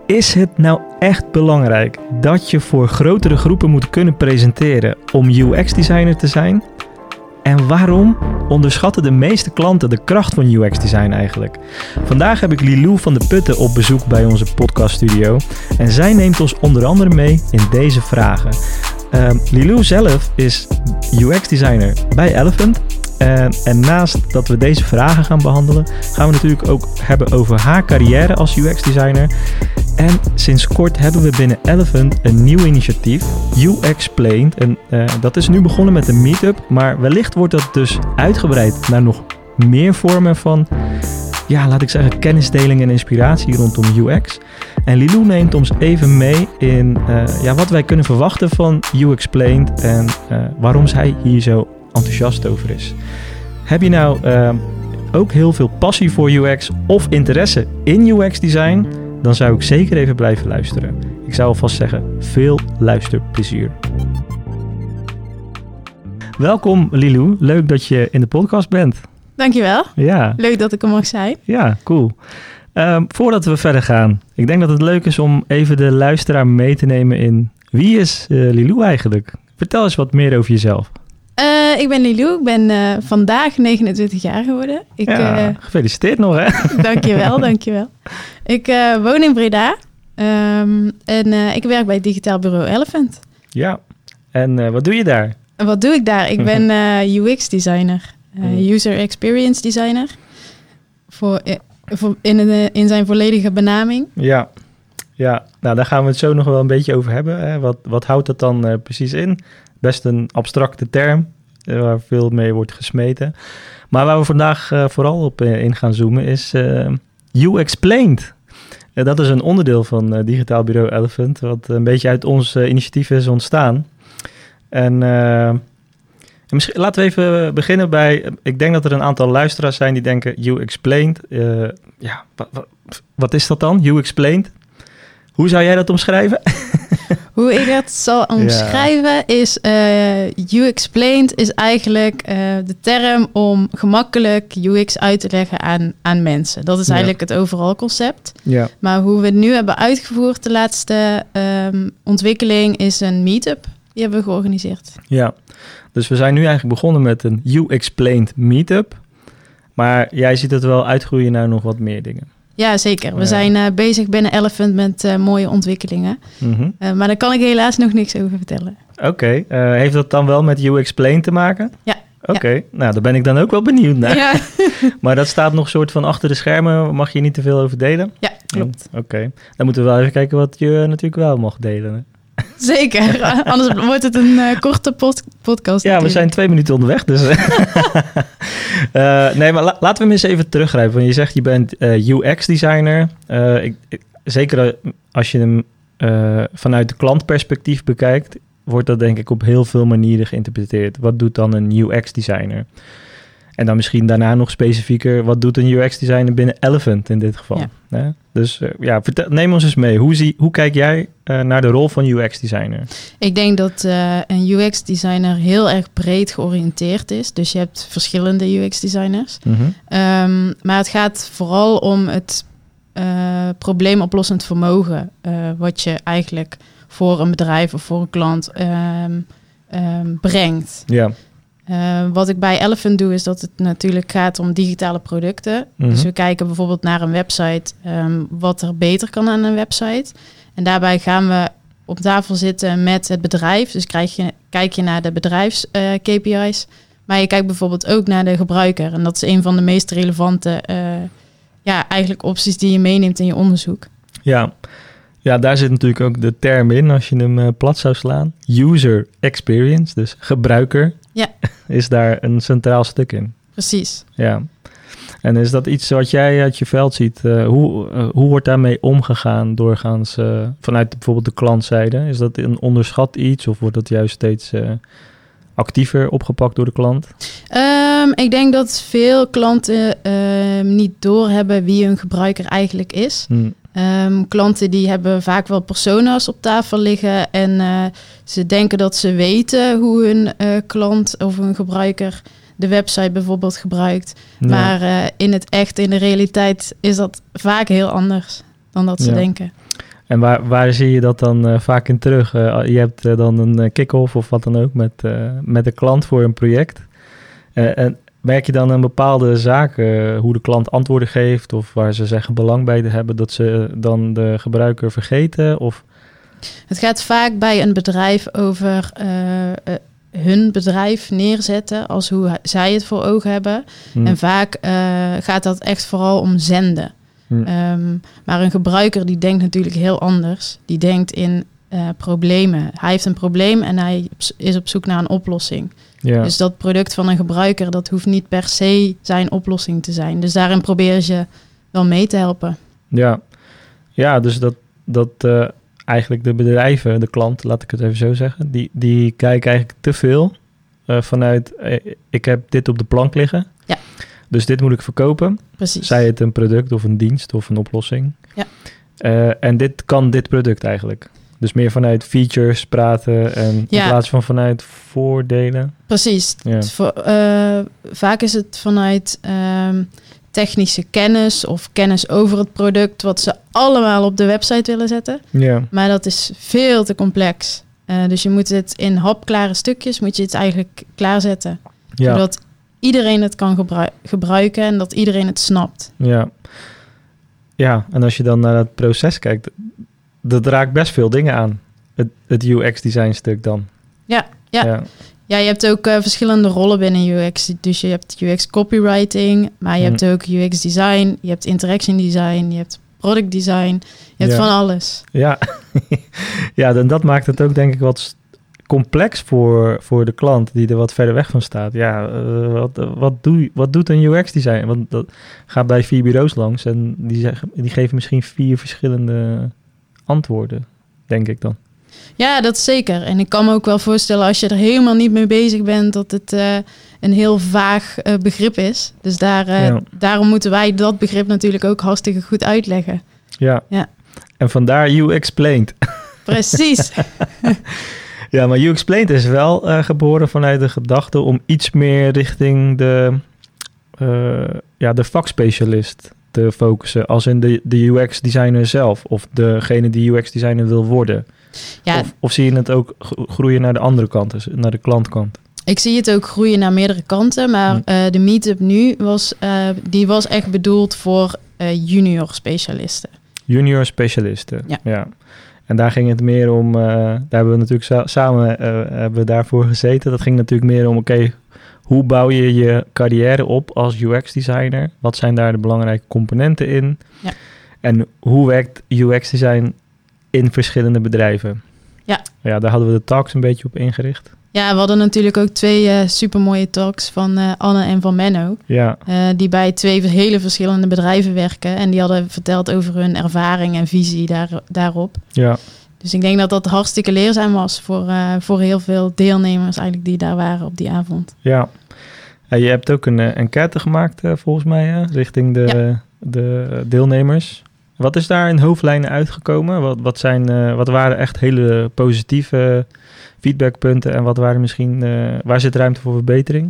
Is het nou echt belangrijk dat je voor grotere groepen moet kunnen presenteren om UX-designer te zijn? En waarom onderschatten de meeste klanten de kracht van UX-design eigenlijk? Vandaag heb ik Lilou van de Putten op bezoek bij onze podcaststudio. En zij neemt ons onder andere mee in deze vragen. Lilou zelf is UX-designer bij Elephant. En naast dat we deze vragen gaan behandelen, gaan we natuurlijk ook hebben over haar carrière als UX-designer. En sinds kort hebben we binnen Elephant een nieuw initiatief, UXplained. En dat is nu begonnen met een meetup, maar wellicht wordt dat dus uitgebreid naar nog meer vormen van, laat ik zeggen, kennisdeling en inspiratie rondom UX. En Lilou neemt ons even mee in wat wij kunnen verwachten van UXplained en waarom zij hier zo enthousiast over is. Heb je nou ook heel veel passie voor UX of interesse in UX-design? Dan zou ik zeker even blijven luisteren. Ik zou alvast zeggen, veel luisterplezier. Welkom Lilou, leuk dat je in de podcast bent. Dankjewel. Ja. Leuk dat ik er mag zijn. Ja, cool. Voordat we verder gaan, ik denk dat het leuk is om even de luisteraar mee te nemen in wie is Lilou eigenlijk? Vertel eens wat meer over jezelf. Ik ben Lilou, ik ben vandaag 29 jaar geworden. Gefeliciteerd nog hè? Dankjewel. Ik woon in Breda en ik werk bij digitaal bureau Elephant. Ja, en wat doe je daar? Wat doe ik daar? Ik ben UX-designer, User Experience Designer, in zijn volledige benaming. Ja, nou daar gaan we het zo nog wel een beetje over hebben. Hè? Wat houdt dat dan precies in? Best een abstracte term, waar veel mee wordt gesmeten. Maar waar we vandaag vooral op in gaan zoomen is UXplained. Dat is een onderdeel van digitaal bureau Elephant, wat een beetje uit ons initiatief is ontstaan. En misschien laten we even beginnen bij, ik denk dat er een aantal luisteraars zijn die denken, UXplained, wat is dat dan, UXplained? Hoe zou jij dat omschrijven? Hoe ik dat zal omschrijven is, UXplained is eigenlijk de term om gemakkelijk UX uit te leggen aan mensen. Dat is eigenlijk het overal concept. Ja. Maar hoe we het nu hebben uitgevoerd, de laatste ontwikkeling, is een meetup. Die hebben we georganiseerd. Ja, dus we zijn nu eigenlijk begonnen met een UXplained meetup. Maar jij ziet het wel uitgroeien naar nog wat meer dingen. Ja, zeker. We zijn bezig binnen Elephant met mooie ontwikkelingen. Mm-hmm. Maar daar kan ik helaas nog niks over vertellen. Oké. Heeft dat dan wel met UXplained te maken? Ja. Oké. Nou, daar ben ik dan ook wel benieuwd naar. Ja. Maar dat staat nog soort van achter de schermen. Mag je niet te veel over delen? Ja, klopt. Oké. Dan moeten we wel even kijken wat je natuurlijk wel mag delen. Hè? Zeker, anders wordt het een korte podcast. Ja, natuurlijk. We zijn 2 minuten onderweg, dus... nee, maar laten we hem eens even teruggrijpen. Want je zegt, je bent UX-designer. Zeker als je hem vanuit de klantperspectief bekijkt, wordt dat denk ik op heel veel manieren geïnterpreteerd. Wat doet dan een UX-designer? En dan misschien daarna nog specifieker, wat doet een UX-designer binnen Elephant in dit geval? Ja. Dus neem ons eens mee. Hoe kijk jij naar de rol van UX-designer? Ik denk dat een UX-designer heel erg breed georiënteerd is. Dus je hebt verschillende UX-designers. Mm-hmm. Maar het gaat vooral om het probleemoplossend vermogen, wat je eigenlijk voor een bedrijf of voor een klant brengt. Ja. Wat ik bij Elephant doe, is dat het natuurlijk gaat om digitale producten. Mm-hmm. Dus we kijken bijvoorbeeld naar een website, wat er beter kan aan een website. En daarbij gaan we op tafel zitten met het bedrijf. Dus kijk je naar de bedrijfs-KPI's. Maar je kijkt bijvoorbeeld ook naar de gebruiker. En dat is een van de meest relevante eigenlijk opties die je meeneemt in je onderzoek. Ja, daar zit natuurlijk ook de term in, als je hem plat zou slaan. User experience, dus gebruiker, is daar een centraal stuk in. Precies. Ja. En is dat iets wat jij uit je veld ziet? Hoe wordt daarmee omgegaan doorgaans vanuit bijvoorbeeld de klantzijde? Is dat een onderschat iets of wordt dat juist steeds actiever opgepakt door de klant? Ik denk dat veel klanten niet doorhebben wie hun gebruiker eigenlijk is. Klanten die hebben vaak wel persona's op tafel liggen en ze denken dat ze weten hoe hun klant of hun gebruiker de website bijvoorbeeld gebruikt. Ja. Maar in de realiteit is dat vaak heel anders dan dat ze denken. En waar zie je dat dan vaak in terug? Je hebt dan een kick-off of wat dan ook met de klant voor een project. En merk je dan aan bepaalde zaken hoe de klant antwoorden geeft of waar ze zeggen belang bij te hebben dat ze dan de gebruiker vergeten? Of... Het gaat vaak bij een bedrijf over hun bedrijf neerzetten als hoe zij het voor ogen hebben. En vaak gaat dat echt vooral om zenden. Maar een gebruiker die denkt natuurlijk heel anders. Die denkt in problemen. Hij heeft een probleem en hij is op zoek naar een oplossing. Ja. Dus dat product van een gebruiker, dat hoeft niet per se zijn oplossing te zijn. Dus daarin probeer je wel mee te helpen. Ja, dus dat eigenlijk de bedrijven, de klant, laat ik het even zo zeggen, die kijken eigenlijk te veel vanuit, ik heb dit op de plank liggen. Ja. Dus dit moet ik verkopen. Precies. Zij het een product of een dienst of een oplossing. Ja. En dit kan dit product eigenlijk. Dus meer vanuit features praten en in plaats van vanuit voordelen. Precies. Ja. Vaak is het vanuit technische kennis of kennis over het product wat ze allemaal op de website willen zetten. Ja. Maar dat is veel te complex. Dus je moet het in hapklare stukjes, moet je het eigenlijk klaarzetten. Ja. Zodat iedereen het kan gebruiken en dat iedereen het snapt. Ja, en als je dan naar het proces kijkt, dat raakt best veel dingen aan. Het UX-design stuk dan. Ja, je hebt ook verschillende rollen binnen UX. Dus je hebt UX copywriting, maar je hebt ook UX design, je hebt interaction design, je hebt product design, je hebt van alles. Ja. Ja, en dat maakt het ook denk ik wat complex voor de klant die er wat verder weg van staat. Ja, wat doet een UX-design? Want dat gaat bij 4 bureaus langs en die geven misschien 4 verschillende antwoorden, denk ik dan. Ja, dat zeker. En ik kan me ook wel voorstellen als je er helemaal niet mee bezig bent, dat het een heel vaag begrip is. Dus daarom moeten wij dat begrip natuurlijk ook hartstikke goed uitleggen. Ja. En vandaar U-Explained. Precies. Ja, maar U-Explained is wel geboren vanuit de gedachte om iets meer richting de vakspecialist te focussen. Als in de UX-designer zelf of degene die UX-designer wil worden. Ja. Of zie je het ook groeien naar de andere kant, dus naar de klantkant? Ik zie het ook groeien naar meerdere kanten, maar de meetup nu was echt bedoeld voor junior specialisten. Junior specialisten, ja. En daar ging het meer om, daar hebben we natuurlijk samen hebben we daarvoor gezeten. Dat ging natuurlijk meer om, hoe bouw je je carrière op als UX-designer? Wat zijn daar de belangrijke componenten in? Ja. En hoe werkt UX-design in verschillende bedrijven? Ja, daar hadden we de talks een beetje op ingericht. Ja, we hadden natuurlijk ook 2 supermooie talks van Anne en van Menno. Ja. Die bij 2 hele verschillende bedrijven werken. En die hadden verteld over hun ervaring en visie daarop. Ja. Dus ik denk dat dat hartstikke leerzaam was voor heel veel deelnemers eigenlijk die daar waren op die avond. Ja. Je hebt ook een enquête gemaakt volgens mij richting de deelnemers. Wat is daar in hoofdlijnen uitgekomen? Wat waren echt hele positieve feedbackpunten en wat waren misschien, waar zit ruimte voor verbetering?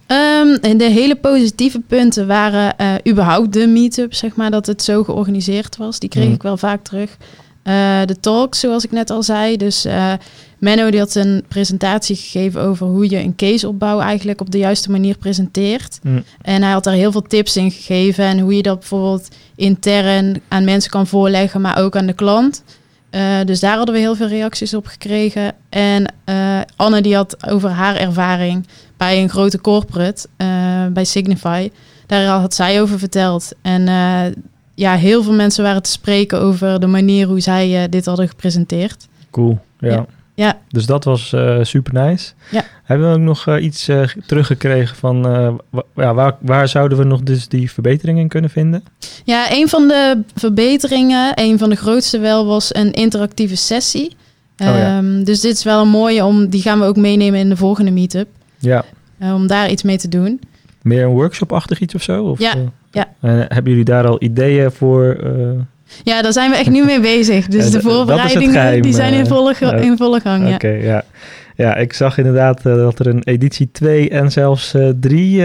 De hele positieve punten waren überhaupt de meetup, zeg maar, dat het zo georganiseerd was. Die kreeg ik wel vaak terug. De talks, zoals ik net al zei. Dus Menno die had een presentatie gegeven over hoe je een caseopbouw eigenlijk op de juiste manier presenteert. En hij had daar heel veel tips in gegeven en hoe je dat bijvoorbeeld intern aan mensen kan voorleggen, maar ook aan de klant. Dus daar hadden we heel veel reacties op gekregen. En Anne die had over haar ervaring bij een grote corporate, bij Signify. Daar had zij over verteld. En heel veel mensen waren te spreken over de manier hoe zij dit hadden gepresenteerd. Cool, ja. Dus dat was super nice. Ja. Hebben we ook nog iets teruggekregen van waar zouden we nog dus die verbeteringen in kunnen vinden? Ja, een van de verbeteringen, een van de grootste wel, was een interactieve sessie. Dus dit is wel een mooie, die gaan we ook meenemen in de volgende meetup. Ja. Om daar iets mee te doen. Meer een workshop-achtig iets of zo? Of, ja. Hebben jullie daar al ideeën voor? Ja, daar zijn we echt nu mee bezig. Dus de voorbereidingen die zijn in volle gang. Oké, ja, ik zag inderdaad dat er een editie 2 en zelfs 3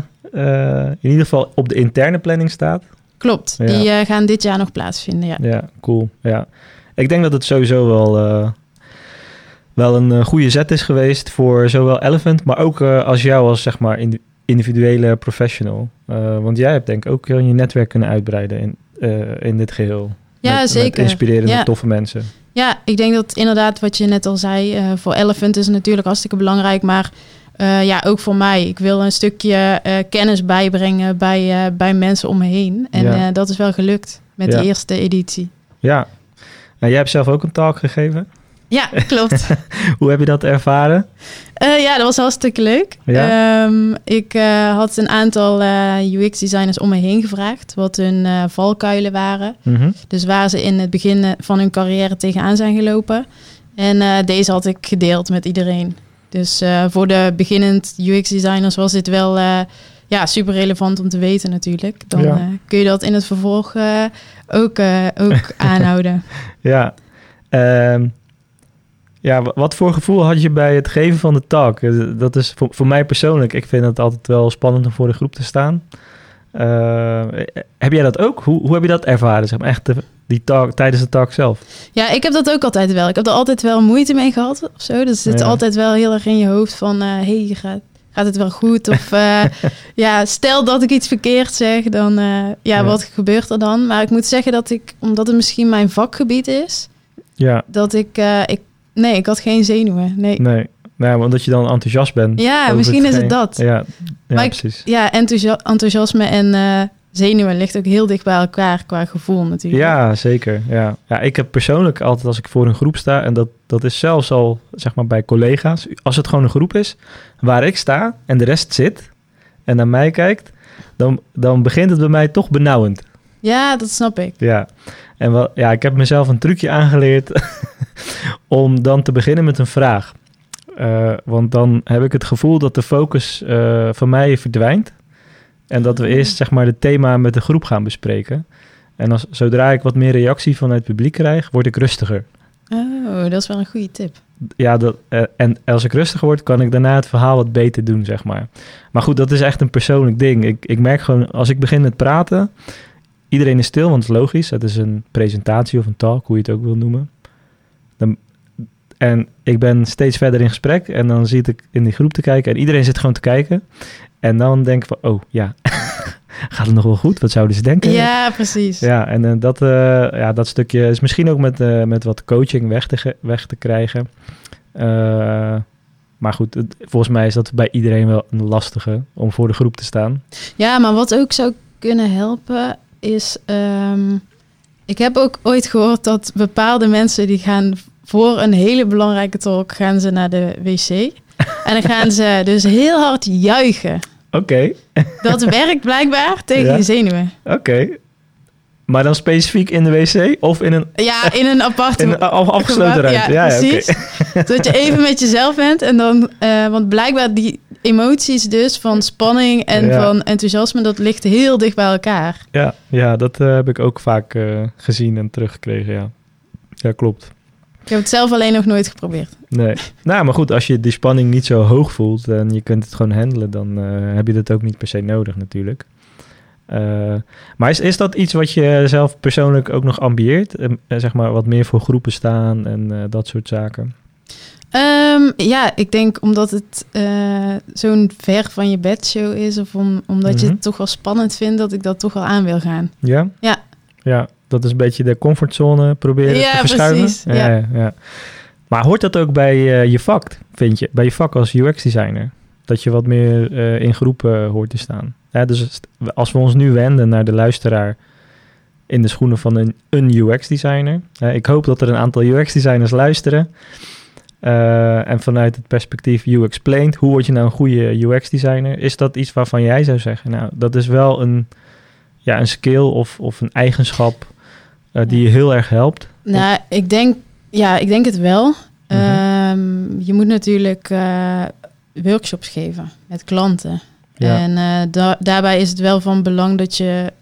in ieder geval op de interne planning staat. Klopt, die gaan dit jaar nog plaatsvinden, ja. Ja, cool, ja. Ik denk dat het sowieso wel een goede zet is geweest voor zowel Elephant, maar ook als jou als zeg maar individuele professional. Want jij hebt denk ik ook heel je netwerk kunnen uitbreiden in dit geheel. Ja, zeker. Met inspirerende, toffe mensen. Ja, ik denk dat inderdaad wat je net al zei, voor Elephant is het natuurlijk hartstikke belangrijk, maar ook voor mij. Ik wil een stukje kennis bijbrengen bij mensen om me heen. En dat is wel gelukt met de eerste editie. Ja. Nou, jij hebt zelf ook een talk gegeven. Ja, klopt. Hoe heb je dat ervaren? Dat was hartstikke leuk. Ja? Ik had een aantal UX-designers om me heen gevraagd wat hun valkuilen waren. Mm-hmm. Dus waar ze in het begin van hun carrière tegenaan zijn gelopen. En deze had ik gedeeld met iedereen. Dus voor de beginnend UX-designers was dit wel super relevant om te weten natuurlijk. Dan kun je dat in het vervolg ook aanhouden. Ja, wat voor gevoel had je bij het geven van de talk? Dat is voor mij persoonlijk, ik vind het altijd wel spannend om voor de groep te staan. Heb jij dat ook? Hoe heb je dat ervaren, zeg maar, echt die talk, tijdens de talk zelf? Ja, ik heb dat ook altijd wel. Ik heb er altijd wel moeite mee gehad of zo. Dus het zit altijd wel heel erg in je hoofd van, gaat het wel goed? Of stel dat ik iets verkeerd zeg, dan wat gebeurt er dan? Maar ik moet zeggen dat omdat het misschien mijn vakgebied is, dat ik had geen zenuwen. Nee, maar omdat je dan enthousiast bent. Ja, misschien is het dat. Ja, precies. Enthousiasme en zenuwen ligt ook heel dicht bij elkaar qua gevoel natuurlijk. Ja, zeker. Ja, ik heb persoonlijk altijd als ik voor een groep sta, en dat is zelfs al zeg maar bij collega's, als het gewoon een groep is waar ik sta en de rest zit en naar mij kijkt, dan begint het bij mij toch benauwend. Ja, dat snap ik. Ja, en ik heb mezelf een trucje aangeleerd om dan te beginnen met een vraag. Want dan heb ik het gevoel dat de focus van mij verdwijnt. En dat we eerst zeg maar het thema met de groep gaan bespreken. En zodra ik wat meer reactie vanuit het publiek krijg, word ik rustiger. Oh, dat is wel een goede tip. Ja, en als ik rustiger word, kan ik daarna het verhaal wat beter doen, zeg maar. Maar goed, dat is echt een persoonlijk ding. Ik merk gewoon, als ik begin met praten, iedereen is stil, want het is logisch. Het is een presentatie of een talk, hoe je het ook wil noemen. En ik ben steeds verder in gesprek en dan zie ik in die groep te kijken en iedereen zit gewoon te kijken. En dan denk ik van, gaat het nog wel goed? Wat zouden ze denken? Ja, precies. Ja, en dat stukje is misschien ook met wat coaching weg te krijgen. Maar goed, volgens mij is dat bij iedereen wel een lastige om voor de groep te staan. Ja, maar wat ook zou kunnen helpen is, ik heb ook ooit gehoord dat bepaalde mensen die gaan voor een hele belangrijke talk gaan ze naar de wc. En dan gaan ze dus heel hard juichen. Oké. Dat werkt blijkbaar tegen je zenuwen. Oké. Maar dan specifiek in de wc of in een... Ja, in een apart... in een afgesloten ruimte. Ja, precies. Okay. Dat je even met jezelf bent en dan... want blijkbaar die emoties dus van spanning en van enthousiasme, dat ligt heel dicht bij elkaar. Ja, dat heb ik ook vaak gezien en teruggekregen, ja. Ja, klopt. Ik heb het zelf alleen nog nooit geprobeerd. Nee. Nou, maar goed, als je die spanning niet zo hoog voelt en je kunt het gewoon handelen, dan heb je dat ook niet per se nodig natuurlijk. Maar is dat iets wat je zelf persoonlijk ook nog ambieert? Zeg maar wat meer voor groepen staan en dat soort zaken? Ik denk omdat het zo'n ver van je bedshow is of omdat je het toch wel spannend vindt, dat ik dat toch wel aan wil gaan. Ja? Ja, dat is een beetje de comfortzone proberen te verschuiven. Precies, ja. Maar hoort dat ook bij je vak, vind je? Bij je vak als UX-designer? Dat je wat meer in groepen hoort te staan? Ja, dus als we ons nu wenden naar de luisteraar in de schoenen van een UX-designer. Ik hoop dat er een aantal UX-designers luisteren. En vanuit het perspectief UXplained, hoe word je nou een goede UX-designer? Is dat iets waarvan jij zou zeggen, nou, dat is wel een skill of een eigenschap die je heel erg helpt? Nou, ik denk het wel. Je moet natuurlijk workshops geven met klanten. Ja. En daarbij is het wel van belang dat je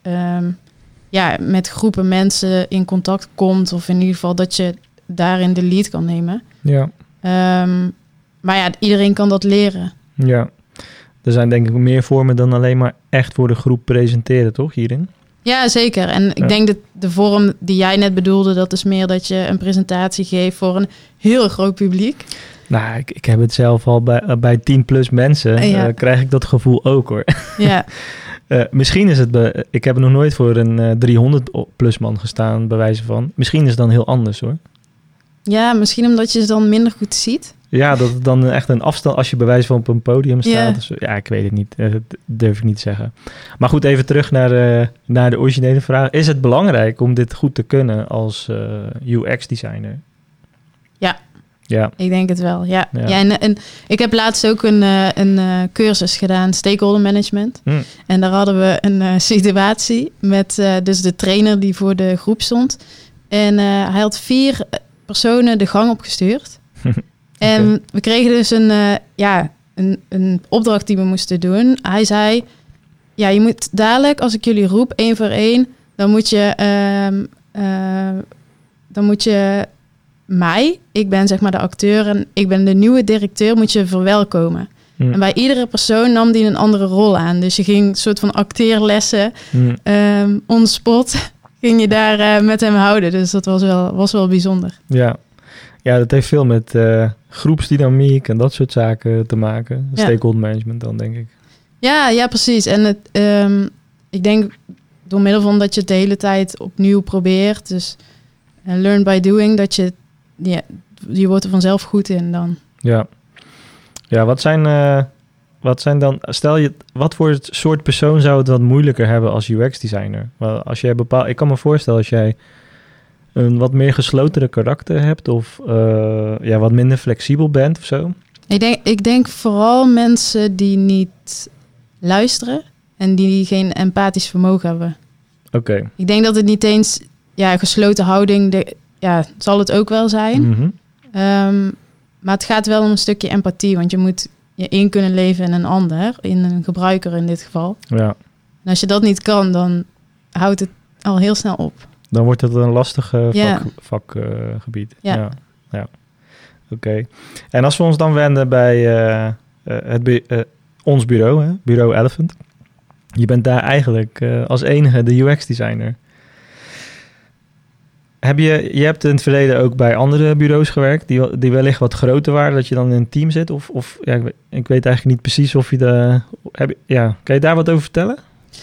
met groepen mensen in contact komt, of in ieder geval dat je daarin de lead kan nemen. Ja. Maar iedereen kan dat leren. Ja, er zijn denk ik meer vormen dan alleen maar echt voor de groep presenteren, toch, hierin? Ja, zeker. En ik denk dat de vorm die jij net bedoelde, dat is meer dat je een presentatie geeft voor een heel groot publiek. Nou, ik heb het zelf al bij 10 plus mensen, krijg ik dat gevoel ook hoor. Ja. Misschien is het, ik heb nog nooit voor een 300 plus man gestaan, bij wijze van. Misschien is het dan heel anders hoor. Ja, misschien omdat je ze dan minder goed ziet. Ja, dat het dan echt een afstand, als je bij wijze van op een podium staat. Of zo. Ja, ik weet het niet. Dat durf ik niet te zeggen. Maar goed, even terug naar de originele vraag. Is het belangrijk om dit goed te kunnen als UX-designer? Ja, Ik denk het wel. Ja. En ik heb laatst ook een cursus gedaan, stakeholder management. En daar hadden we een situatie met dus de trainer die voor de groep stond. En hij had 4 personen de gang opgestuurd. En we kregen dus een opdracht die we moesten doen. Hij zei, ja, je moet dadelijk, als ik jullie roep, 1 voor 1, dan moet je mij, ik ben zeg maar de acteur en ik ben de nieuwe directeur, moet je verwelkomen. En bij iedere persoon nam die een andere rol aan. Dus je ging een soort van acteerlessen, on the spot, ging je daar met hem houden. Dus dat was wel bijzonder. Ja, dat heeft veel met groepsdynamiek en dat soort zaken te maken. Stakeholder management dan, denk ik. Ja, precies. En ik denk door middel van dat je het de hele tijd opnieuw probeert. Dus learn by doing, dat je wordt er vanzelf goed in dan. Ja, wat zijn dan... Wat voor soort persoon zou het wat moeilijker hebben als UX-designer? Als jij ik kan me voorstellen als jij een wat meer geslotere karakter hebt of wat minder flexibel bent of zo? Ik denk vooral mensen die niet luisteren en die geen empathisch vermogen hebben. Oké. Ik denk dat het niet eens gesloten houding, zal het ook wel zijn. Mm-hmm. Maar het gaat wel om een stukje empathie, want je moet je in kunnen leven in een ander, in een gebruiker in dit geval. Ja. En als je dat niet kan, dan houdt het al heel snel op. Dan wordt het een lastig vakgebied. Ja. Oké. En als we ons dan wenden bij ons bureau, hè? Bureau Elephant. Je bent daar eigenlijk als enige de UX-designer. Je hebt in het verleden ook bij andere bureaus gewerkt die wellicht wat groter waren, dat je dan in een team zit? Ik weet eigenlijk niet precies of je kan je daar wat over vertellen?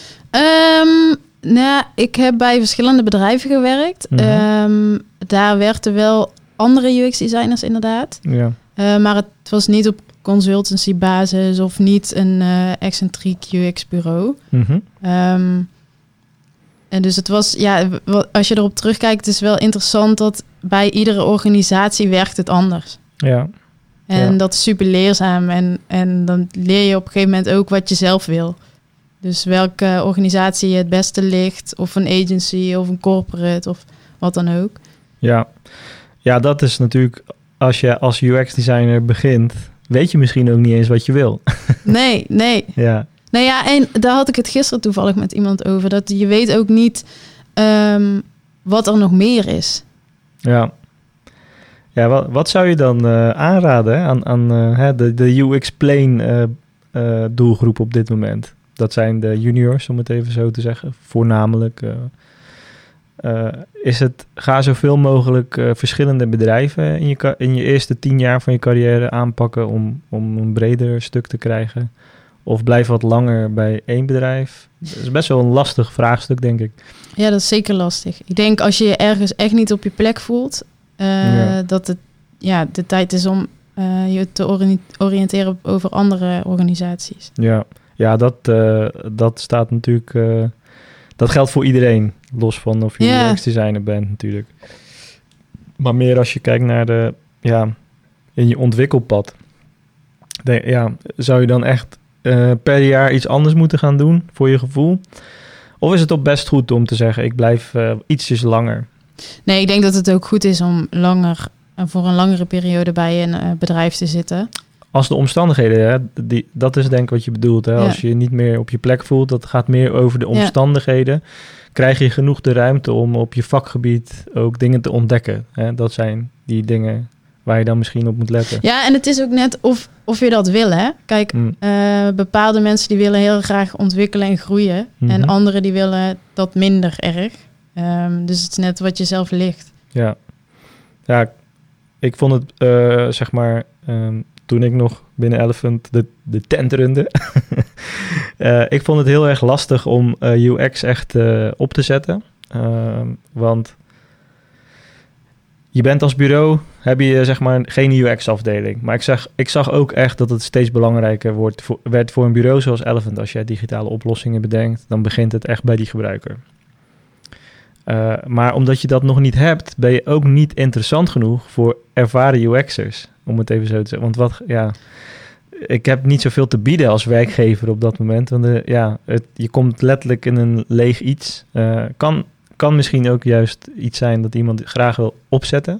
Ik heb bij verschillende bedrijven gewerkt. Mm-hmm. Daar werkten wel andere UX-designers inderdaad. Ja. Maar het was niet op consultancy basis of niet een excentriek UX-bureau. Mm-hmm. En dus het was, als je erop terugkijkt, het is wel interessant dat bij iedere organisatie werkt het anders. Ja. En dat is super leerzaam. En dan leer je op een gegeven moment ook wat je zelf wil. Dus welke organisatie je het beste ligt, of een agency, of een corporate, of wat dan ook. Ja, dat is natuurlijk, als je als UX-designer begint, weet je misschien ook niet eens wat je wil. Nee. Ja. Nou ja, en daar had ik het gisteren toevallig met iemand over. Dat je weet ook niet wat er nog meer is. Ja, wat zou je dan aanraden aan de UX-Plain doelgroep op dit moment? Dat zijn de juniors, om het even zo te zeggen, voornamelijk. Ga zoveel mogelijk verschillende bedrijven in je eerste 10 jaar van je carrière aanpakken om een breder stuk te krijgen? Of blijf wat langer bij 1 bedrijf? Dat is best wel een lastig vraagstuk, denk ik. Ja, dat is zeker lastig. Ik denk als je je ergens echt niet op je plek voelt, dat het de tijd is om je te oriënteren over andere organisaties. Ja, dat staat natuurlijk... dat geldt voor iedereen, los van of je UX-designer bent natuurlijk. Maar meer als je kijkt naar in je ontwikkelpad. Zou je dan echt per jaar iets anders moeten gaan doen voor je gevoel? Of is het toch best goed om te zeggen, ik blijf ietsjes langer? Nee, ik denk dat het ook goed is om voor een langere periode bij een bedrijf te zitten. Als de omstandigheden, dat is denk ik wat je bedoelt. Hè? Als je niet meer op je plek voelt, dat gaat meer over de omstandigheden. Krijg je genoeg de ruimte om op je vakgebied ook dingen te ontdekken. Hè? Dat zijn die dingen waar je dan misschien op moet letten. Ja, en het is ook net of je dat wil, hè. Kijk, bepaalde mensen die willen heel graag ontwikkelen en groeien. En anderen die willen dat minder erg. Dus het is net wat je zelf ligt. Ja, ik vond het, toen ik nog binnen Elephant de tent runde. Ik vond het heel erg lastig om UX echt op te zetten. Want je bent als bureau, heb je zeg maar geen UX-afdeling. Maar ik zag ook echt dat het steeds belangrijker werd voor een bureau zoals Elephant. Als jij digitale oplossingen bedenkt, dan begint het echt bij die gebruiker. Maar omdat je dat nog niet hebt, ben je ook niet interessant genoeg voor ervaren UX'ers. Om het even zo te zeggen. Want ik heb niet zoveel te bieden als werkgever op dat moment. Want je komt letterlijk in een leeg iets. Kan misschien ook juist iets zijn dat iemand graag wil opzetten.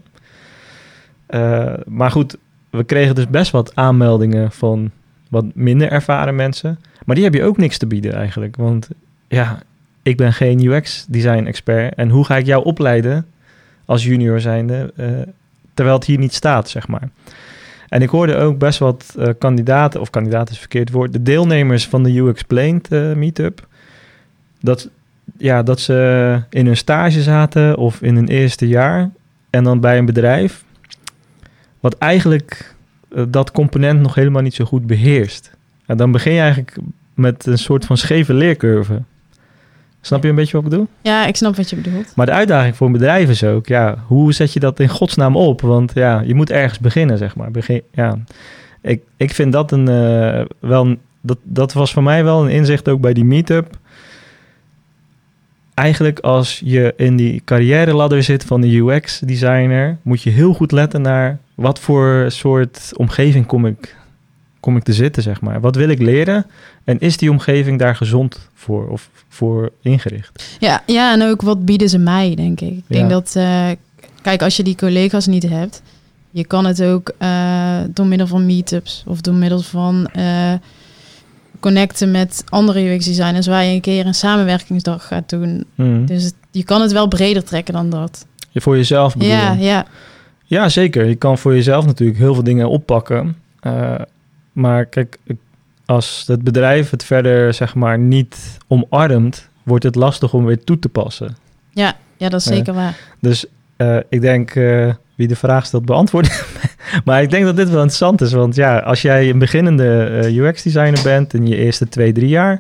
Maar goed, we kregen dus best wat aanmeldingen van wat minder ervaren mensen. Maar die heb je ook niks te bieden eigenlijk. Want ik ben geen UX-design-expert. En hoe ga ik jou opleiden als junior zijnde, terwijl het hier niet staat, zeg maar. En ik hoorde ook best wat kandidaten is het verkeerd woord, de deelnemers van de UXplained meetup, dat ze in hun stage zaten of in hun eerste jaar en dan bij een bedrijf, wat eigenlijk dat component nog helemaal niet zo goed beheerst. En dan begin je eigenlijk met een soort van scheve leercurve. Snap je een beetje wat ik bedoel? Ja, ik snap wat je bedoelt. Maar de uitdaging voor een bedrijf is ook, hoe zet je dat in godsnaam op? Want je moet ergens beginnen, zeg maar. Ik vind dat dat was voor mij wel een inzicht ook bij die meetup. Eigenlijk als je in die carrière-ladder zit van de UX-designer, moet je heel goed letten naar wat voor soort omgeving kom ik te zitten, zeg maar. Wat wil ik leren? En is die omgeving daar gezond voor of voor ingericht? Ja, en ook wat bieden ze mij, denk ik. Ik denk dat, kijk, als je die collega's niet hebt, je kan het ook door middel van meetups of door middel van connecten met andere UX-designers waar je een keer een samenwerkingsdag gaat doen. Dus je kan het wel breder trekken dan dat. Voor jezelf bedoel je? Ja, zeker. Je kan voor jezelf natuurlijk heel veel dingen oppakken. Maar kijk, als het bedrijf het verder zeg maar niet omarmt, wordt het lastig om weer toe te passen. Ja, dat is zeker waar. Dus ik denk, wie de vraag stelt beantwoorden. Maar ik denk dat dit wel interessant is. Want als jij een beginnende UX-designer bent in je eerste 2-3 jaar,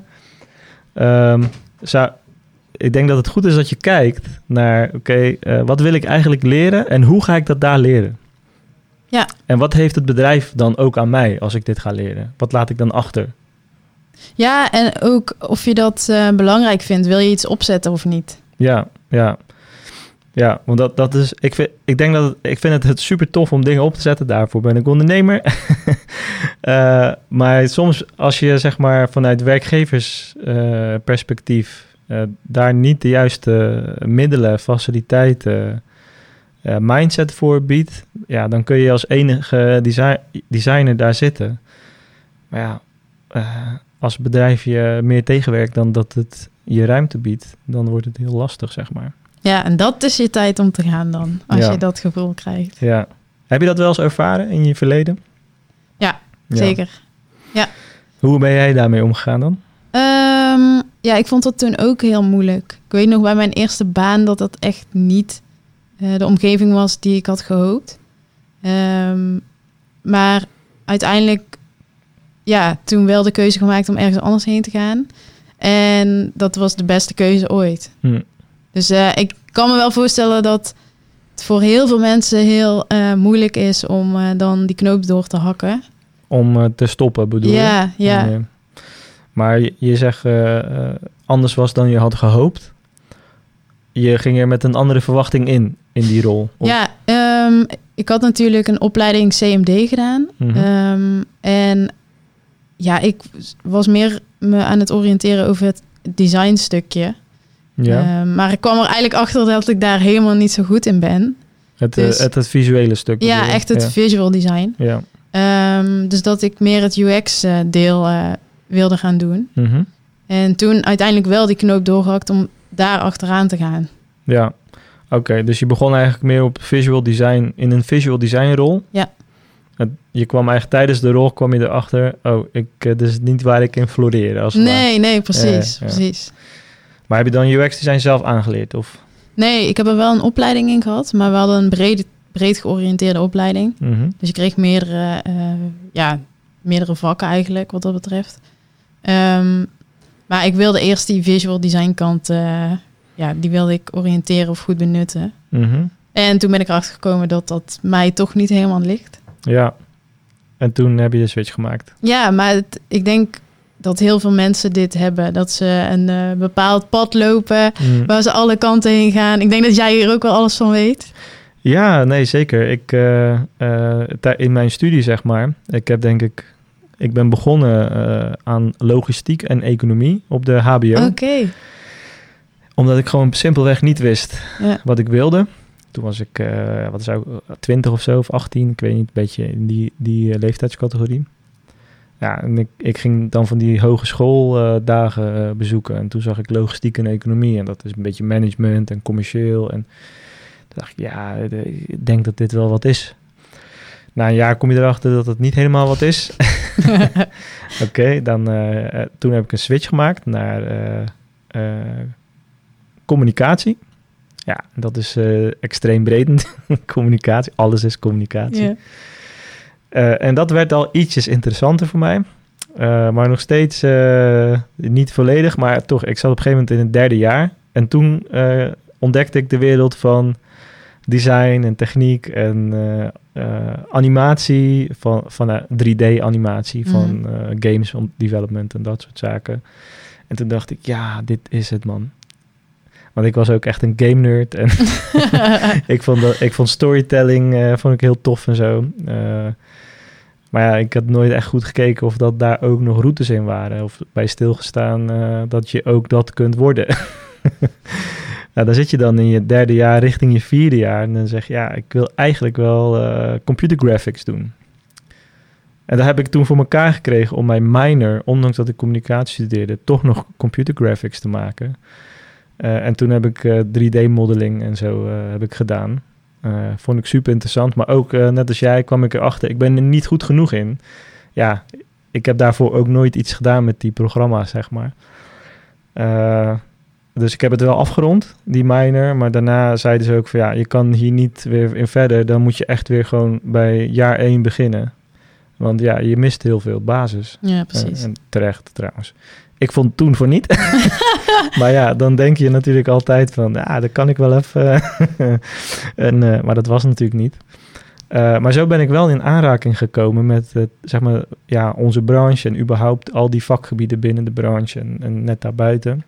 ik denk dat het goed is dat je kijkt naar, wat wil ik eigenlijk leren en hoe ga ik dat daar leren? Ja. En wat heeft het bedrijf dan ook aan mij als ik dit ga leren? Wat laat ik dan achter? Ja, en ook of je dat belangrijk vindt. Wil je iets opzetten of niet? Ja, want dat is... Ik vind het super tof om dingen op te zetten. Daarvoor ben ik ondernemer. Maar soms als je zeg maar vanuit werkgeversperspectief daar niet de juiste middelen, faciliteiten, mindset voor biedt, dan kun je als enige designer daar zitten. Maar als het bedrijf je meer tegenwerkt dan dat het je ruimte biedt, dan wordt het heel lastig, zeg maar. Ja, en dat is je tijd om te gaan dan, als je dat gevoel krijgt. Ja. Heb je dat wel eens ervaren in je verleden? Ja, zeker. Ja. Hoe ben jij daarmee omgegaan dan? Ik vond dat toen ook heel moeilijk. Ik weet nog bij mijn eerste baan dat echt niet de omgeving was die ik had gehoopt. Maar uiteindelijk, toen wel de keuze gemaakt om ergens anders heen te gaan. En dat was de beste keuze ooit. Dus ik kan me wel voorstellen dat het voor heel veel mensen heel moeilijk is om dan die knoop door te hakken. Om te stoppen, bedoel je? Ja. Maar je zegt anders was dan je had gehoopt. Je ging er met een andere verwachting in die rol. Of? Ja, ik had natuurlijk een opleiding CMD gedaan. En ik was meer me aan het oriënteren over het designstukje. Ja. Maar ik kwam er eigenlijk achter dat ik daar helemaal niet zo goed in ben. Het visuele stuk. Ja, echt het visual design. Ja. Dus dat ik meer het UX-deel wilde gaan doen. En toen uiteindelijk wel die knoop doorgehakt om daar achteraan te gaan. Ja, Oké, dus je begon eigenlijk meer op visual design, in een visual design rol. Ja. Je kwam eigenlijk tijdens de rol kwam je erachter, dit is niet waar ik in floreer. Nee, precies. Maar heb je dan UX design zelf aangeleerd? Of? Nee, ik heb er wel een opleiding in gehad, maar we hadden een breed georiënteerde opleiding. Mm-hmm. Dus je kreeg meerdere vakken eigenlijk, wat dat betreft. Maar ik wilde eerst die visual design kant, die wilde ik oriënteren of goed benutten. Mm-hmm. En toen ben ik erachter gekomen dat mij toch niet helemaal ligt. Ja, en toen heb je de switch gemaakt. Ja, maar ik denk dat heel veel mensen dit hebben. Dat ze een bepaald pad lopen waar ze alle kanten heen gaan. Ik denk dat jij hier ook wel alles van weet. Ja, nee, zeker. In mijn studie, zeg maar, ik ben begonnen aan logistiek en economie op de HBO. Oké. Omdat ik gewoon simpelweg niet wist wat ik wilde. Toen was ik, 20 of zo, of 18. Ik weet niet, een beetje in die leeftijdscategorie. Ja, en ik ging dan van die hogeschooldagen bezoeken. En toen zag ik logistiek en economie. En dat is een beetje management en commercieel. En toen dacht ik, ik denk dat dit wel wat is. Na een jaar kom je erachter dat het niet helemaal wat is. Oké, toen heb ik een switch gemaakt naar communicatie. Ja, dat is extreem breed. Communicatie, alles is communicatie. Yeah. En dat werd al ietsjes interessanter voor mij. Maar nog steeds niet volledig. Maar toch, ik zat op een gegeven moment in het 3e jaar. En toen ontdekte ik de wereld van design en techniek en animatie. Van 3D-animatie, van games development en dat soort zaken. En toen dacht ik, ja, dit is het, man. Want ik was ook echt een game nerd. En ik vond storytelling vond ik heel tof en zo. Maar ja, ik had nooit echt goed gekeken of dat daar ook nog routes in waren. Of bij stilgestaan dat je ook dat kunt worden. Dan zit je dan in je 3e jaar richting je 4e jaar. En dan zeg je, ik wil eigenlijk wel computer graphics doen. En dat heb ik toen voor elkaar gekregen om mijn minor, ondanks dat ik communicatie studeerde, toch nog computer graphics te maken. En toen heb ik 3D-modeling en zo heb ik gedaan. Vond ik super interessant. Maar ook, net als jij, kwam ik erachter, ik ben er niet goed genoeg in. Ja, ik heb daarvoor ook nooit iets gedaan met die programma's, zeg maar. Dus ik heb het wel afgerond, die minor. Maar daarna zeiden ze ook van, je kan hier niet weer in verder. Dan moet je echt weer gewoon bij jaar 1 beginnen. Want je mist heel veel basis. Ja, precies. En terecht, trouwens. Ik vond het toen voor niet. Maar dan denk je natuurlijk altijd van, dat kan ik wel even. Maar dat was natuurlijk niet. Maar zo ben ik wel in aanraking gekomen met onze branche en überhaupt al die vakgebieden binnen de branche en net daarbuiten.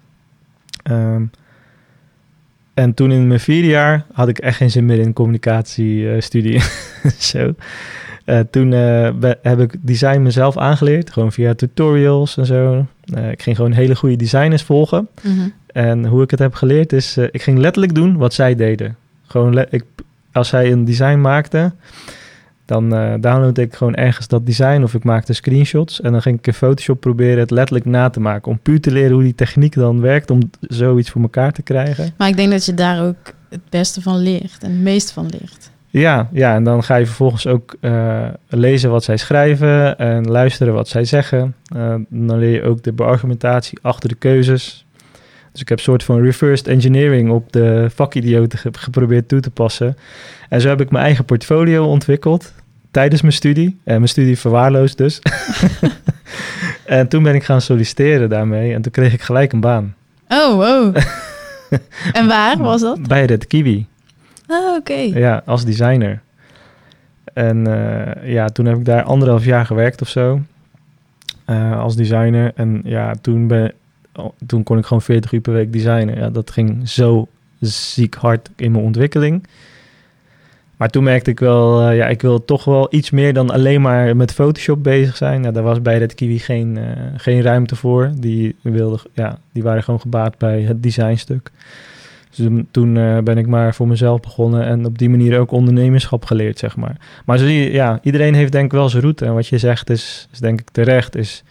En toen in mijn 4e jaar had ik echt geen zin meer in communicatiestudie. Zo. Toen heb ik design mezelf aangeleerd, gewoon via tutorials en zo. Ik ging gewoon hele goede designers volgen. Mm-hmm. En hoe ik het heb geleerd is, ik ging letterlijk doen wat zij deden. Gewoon als zij een design maakten, dan downloadde ik gewoon ergens dat design of ik maakte screenshots. En dan ging ik in Photoshop proberen het letterlijk na te maken. Om puur te leren hoe die techniek dan werkt, om zoiets voor elkaar te krijgen. Maar ik denk dat je daar ook het beste van leert en het meeste van leert. Ja, en dan ga je vervolgens ook lezen wat zij schrijven en luisteren wat zij zeggen. Dan leer je ook de beargumentatie achter de keuzes. Dus ik heb een soort van reversed engineering op de vakidioten geprobeerd toe te passen. En zo heb ik mijn eigen portfolio ontwikkeld tijdens mijn studie. En mijn studie verwaarloosd dus. En toen ben ik gaan solliciteren daarmee en toen kreeg ik gelijk een baan. Oh. En waar was dat? Bij Red Kiwi. Oh, oké. Ja, als designer. En toen heb ik daar 1,5 jaar gewerkt of zo. Als designer. En toen kon ik gewoon 40 uur per week designen. Ja, dat ging zo ziek hard in mijn ontwikkeling. Maar toen merkte ik wel, ik wil toch wel iets meer dan alleen maar met Photoshop bezig zijn. Ja, daar was bij Red Kiwi geen ruimte voor. Die waren gewoon gebaat bij het designstuk. Dus toen ben ik maar voor mezelf begonnen en op die manier ook ondernemerschap geleerd, zeg maar. Maar zo zie je, iedereen heeft denk ik wel zijn route. En wat je zegt is denk ik terecht, is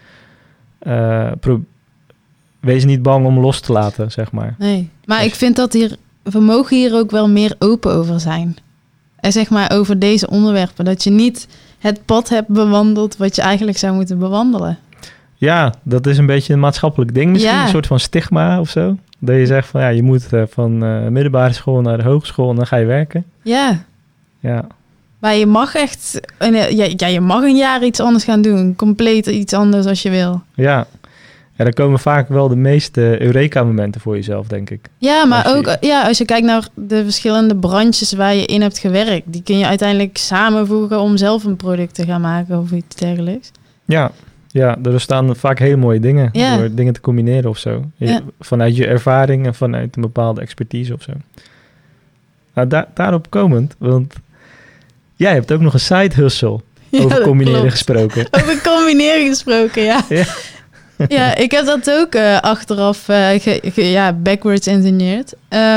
wees niet bang om los te laten, zeg maar. Nee, maar ik vind dat hier we mogen hier ook wel meer open over zijn. En zeg maar over deze onderwerpen. Dat je niet het pad hebt bewandeld wat je eigenlijk zou moeten bewandelen. Ja, dat is een beetje een maatschappelijk ding. Misschien een soort van stigma of zo. Dat je zegt van je moet van middelbare school naar de hogeschool en dan ga je werken. Ja. Ja. Maar je mag echt... je mag een jaar iets anders gaan doen. Compleet iets anders als je wil. Ja. Ja, dan komen vaak wel de meeste Eureka-momenten voor jezelf, denk ik. Ja, maar ook als je kijkt naar de verschillende branches waar je in hebt gewerkt. Die kun je uiteindelijk samenvoegen om zelf een product te gaan maken of iets dergelijks. Ja, er staan vaak hele mooie dingen door dingen te combineren of zo. Vanuit je ervaring en vanuit een bepaalde expertise of zo. Nou, daarop komend, want jij hebt ook nog een side hustle over combineren gesproken. Over combineren gesproken, ja. Ja, ik heb dat ook achteraf backwards engineerd.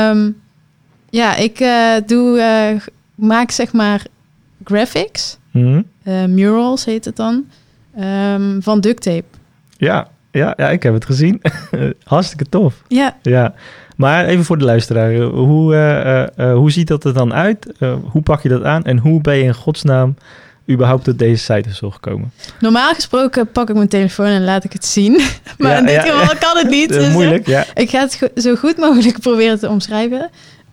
Ik maak zeg maar graphics. Murals heet het dan. Van duct tape. Ja, ik heb het gezien. Hartstikke tof. Ja. Maar even voor de luisteraar. Hoe ziet dat er dan uit? Hoe pak je dat aan? En hoe ben je in godsnaam überhaupt tot deze site hustle gekomen? Normaal gesproken pak ik mijn telefoon en laat ik het zien. Maar in dit geval kan het niet. Dus moeilijk, ja. Ik ga het zo goed mogelijk proberen te omschrijven.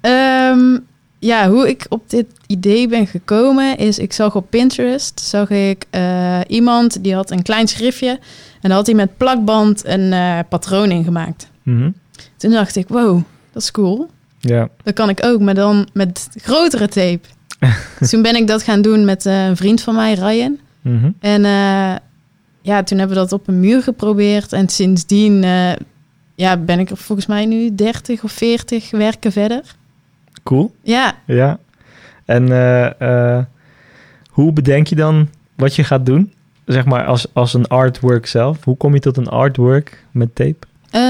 Hoe ik op dit idee ben gekomen is... Ik zag op Pinterest iemand die had een klein schriftje... en daar had hij met plakband een patroon in gemaakt. Mm-hmm. Toen dacht ik, wow, dat is cool. Ja. Dat kan ik ook, maar dan met grotere tape. Dus toen ben ik dat gaan doen met een vriend van mij, Ryan. Mm-hmm. En toen hebben we dat op een muur geprobeerd. En sindsdien ben ik er volgens mij nu 30 of 40 werken verder. Cool. Ja. En hoe bedenk je dan wat je gaat doen? Zeg maar als een artwork zelf. Hoe kom je tot een artwork met tape?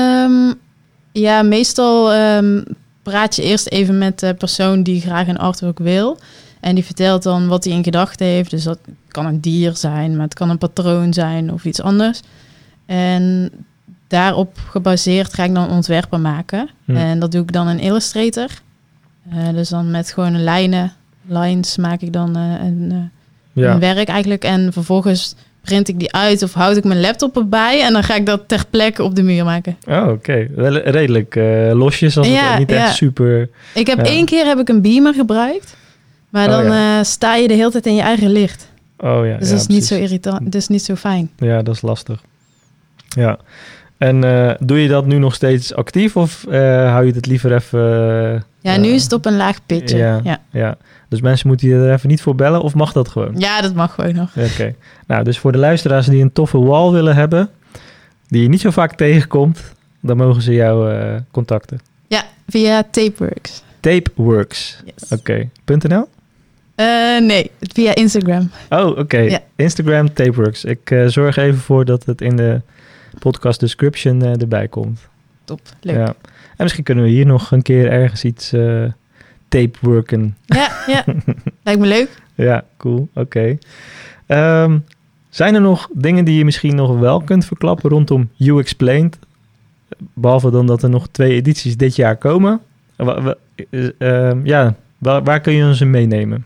Meestal praat je eerst even met de persoon die graag een artwork wil. En die vertelt dan wat hij in gedachten heeft. Dus dat kan een dier zijn, maar het kan een patroon zijn of iets anders. En daarop gebaseerd ga ik dan ontwerpen maken. En dat doe ik dan in Illustrator. Dus dan met gewoon lines maak ik dan een werk eigenlijk. En vervolgens print ik die uit of houd ik mijn laptop erbij... en dan ga ik dat ter plekke op de muur maken. Oh, oké. Wel redelijk losjes als het niet echt super... Ik heb 1 keer een beamer gebruikt... maar dan sta je de hele tijd in je eigen licht. Oh ja. Dus dat is niet zo irritant. Dat is niet zo fijn. Ja, dat is lastig. Ja. En doe je dat nu nog steeds actief of hou je het liever even... nu is het op een laag pitje. Ja. Dus mensen moeten je er even niet voor bellen of mag dat gewoon? Ja, dat mag gewoon nog. Oké. Nou, dus voor de luisteraars die een toffe wall willen hebben... die je niet zo vaak tegenkomt... dan mogen ze jou contacten. Ja, via Tapeworks. Tapeworks. Yes. Oké. .nl? Nee, via Instagram. Oh, oké. Ja. Instagram Tapeworks. Ik zorg even voor dat het in de podcast description erbij komt. Top, leuk. Ja. En misschien kunnen we hier nog een keer ergens iets tapeworken. Ja. Lijkt me leuk. Ja, cool. Oké. Zijn er nog dingen die je misschien nog wel kunt verklappen rondom You Explained? Behalve dan dat er nog 2 edities dit jaar komen. Waar kun je ons in meenemen?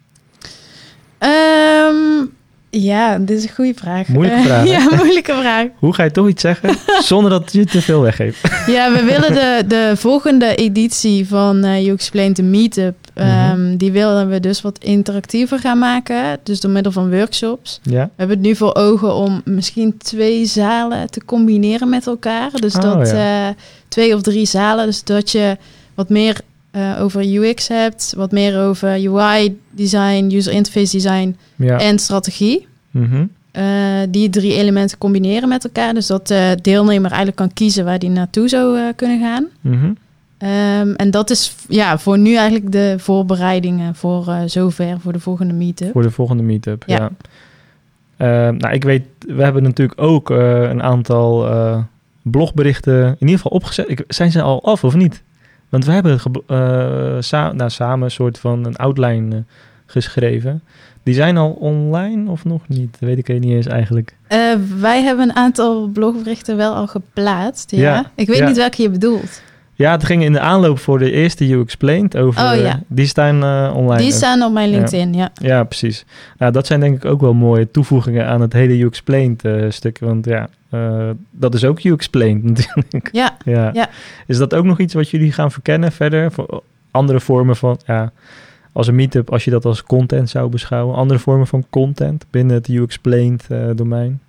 Dit is een goede vraag. Moeilijke vraag. Moeilijke vraag. Hoe ga je toch iets zeggen zonder dat je te veel weggeeft? Ja, we willen de volgende editie van You Explained the Meetup... die willen we dus wat interactiever gaan maken. Dus door middel van workshops. Ja. We hebben het nu voor ogen om misschien 2 zalen te combineren met elkaar. Dus 2 of 3 zalen. Dus dat je wat meer over UX hebt. Wat meer over UI design, user interface design en strategie. Mm-hmm. Die 3 elementen combineren met elkaar. Dus dat de deelnemer eigenlijk kan kiezen waar die naartoe zou kunnen gaan. Mm-hmm. En dat is voor nu eigenlijk de voorbereidingen voor zover voor de volgende meetup. Voor de volgende meetup, ja. Ik weet, we hebben natuurlijk ook een aantal blogberichten in ieder geval opgezet. Zijn ze al af of niet? Want we hebben samen een soort van een outline geschreven. Die zijn al online of nog niet? Dat weet ik niet eens eigenlijk. Wij hebben een aantal blogberichten wel al geplaatst. Ja. Ik weet niet welke je bedoelt. Ja, het ging in de aanloop voor de eerste You Explained over... Die staan online. Die staan op mijn LinkedIn, ja. Ja, precies. Nou, dat zijn denk ik ook wel mooie toevoegingen aan het hele You Explained stuk. Want dat is ook You Explained natuurlijk. Ja. Is dat ook nog iets wat jullie gaan verkennen verder? Voor andere vormen van... als een meetup, als je dat als content zou beschouwen. Andere vormen van content binnen het You Explained domein?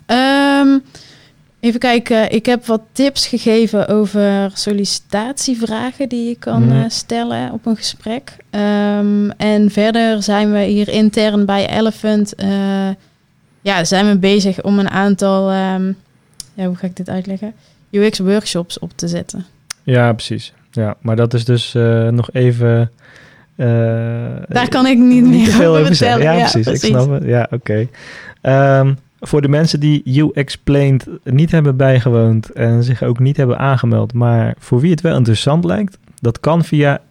Even kijken, ik heb wat tips gegeven over sollicitatievragen die je kan stellen op een gesprek. En verder zijn we hier intern bij Elephant, zijn we bezig om een aantal, hoe ga ik dit uitleggen? UX-workshops op te zetten. Ja, precies. Ja, maar dat is dus nog even... Daar kan ik niet meer over vertellen. Ja, precies. Ik snap het. Ja, oké. Voor de mensen die You Explained niet hebben bijgewoond en zich ook niet hebben aangemeld, maar voor wie het wel interessant lijkt, dat kan via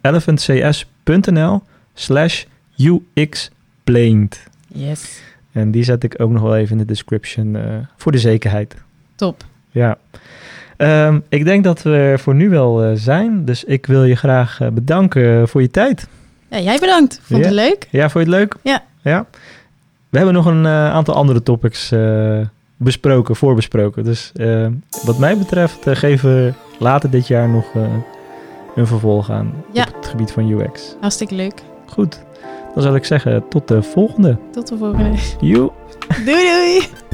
elephantcs.nl/UXplained. Yes. En die zet ik ook nog wel even in de description voor de zekerheid. Top. Ja. Ik denk dat we er voor nu wel zijn, dus ik wil je graag bedanken voor je tijd. Ja, jij bedankt. Vond je het leuk? Ja, vond je het leuk? Ja. We hebben nog een aantal andere topics voorbesproken. Dus wat mij betreft geven we later dit jaar nog een vervolg aan op het gebied van UX. Hartstikke leuk. Goed, dan zal ik zeggen tot de volgende. Tot de volgende. Joe. Doei doei.